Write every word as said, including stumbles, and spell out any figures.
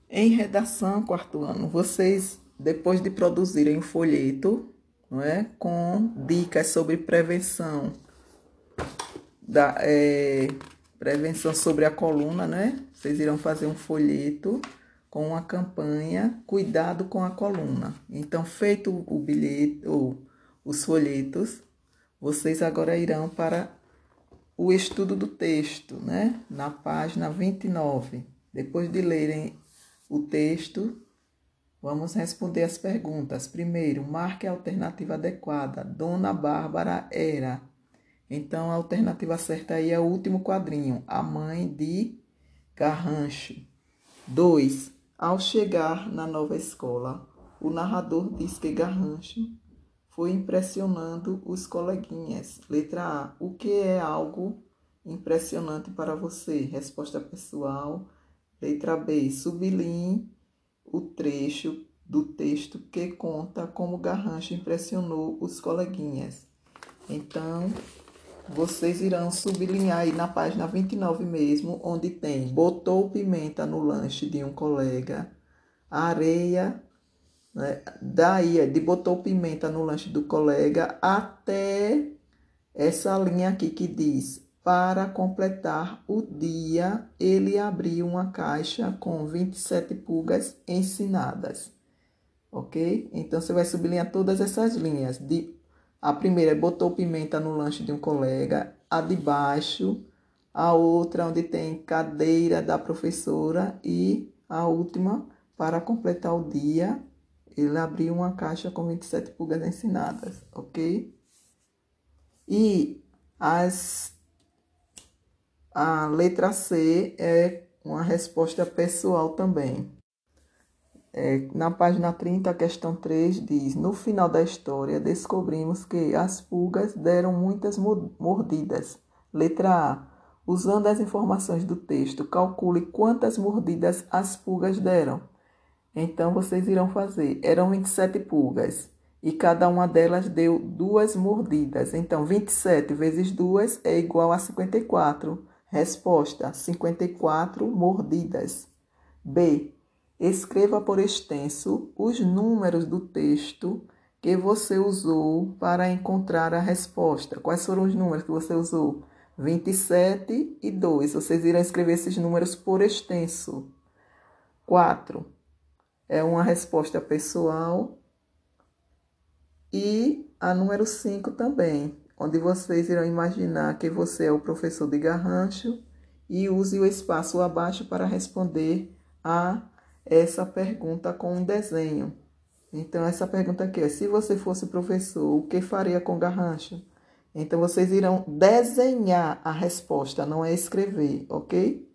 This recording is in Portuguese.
Em redação, quarto ano, vocês, depois de produzirem o folheto, não é, com dicas sobre prevenção, da, é, prevenção sobre a coluna, né? Vocês irão fazer um folheto com uma campanha Cuidado com a coluna. Então, feito o bilhete ou os folhetos, vocês agora irão para o estudo do texto, né? Na página vinte e nove. Depois de lerem o texto, vamos responder as perguntas. Primeiro, marque a alternativa adequada. Dona Bárbara era. Então, a alternativa certa aí é o último quadrinho, a mãe de Garrancho. dois. Ao chegar na nova escola, o narrador diz que Garrancho foi impressionando os coleguinhas. Letra A. O que é algo impressionante para você? Resposta pessoal. Letra B. Sublinhe o trecho do texto que conta como Garrancho impressionou os coleguinhas. Então, vocês irão sublinhar aí na página vinte e nove mesmo, onde tem botou pimenta no lanche de um colega, areia, né? Daí, de botou pimenta no lanche do colega até essa linha aqui que diz: para completar o dia, ele abriu uma caixa com vinte e sete pulgas ensinadas. Ok? Então, você vai sublinhar todas essas linhas. De, a primeira é botou pimenta no lanche de um colega. A de baixo, a outra onde tem cadeira da professora. E a última, para completar o dia, ele abriu uma caixa com vinte e sete pulgas ensinadas. Ok? E as, a letra C é uma resposta pessoal também. É, na página trinta, a questão três diz: no final da história, descobrimos que as pulgas deram muitas mordidas. Letra A. Usando as informações do texto, calcule quantas mordidas as pulgas deram. Então, vocês irão fazer. Eram vinte e sete pulgas e cada uma delas deu duas mordidas. Então, vinte e sete vezes duas é igual a cinquenta e quatro. Resposta: cinquenta e quatro mordidas. B. Escreva por extenso os números do texto que você usou para encontrar a resposta. Quais foram os números que você usou? vinte e sete e dois. Vocês irão escrever esses números por extenso. quatro. É uma resposta pessoal. E a número cinco também, onde vocês irão imaginar que você é o professor de Garrancho e use o espaço abaixo para responder a essa pergunta com um desenho. Então, essa pergunta aqui é: se você fosse professor, o que faria com Garrancho? Então, vocês irão desenhar a resposta, não é escrever, ok?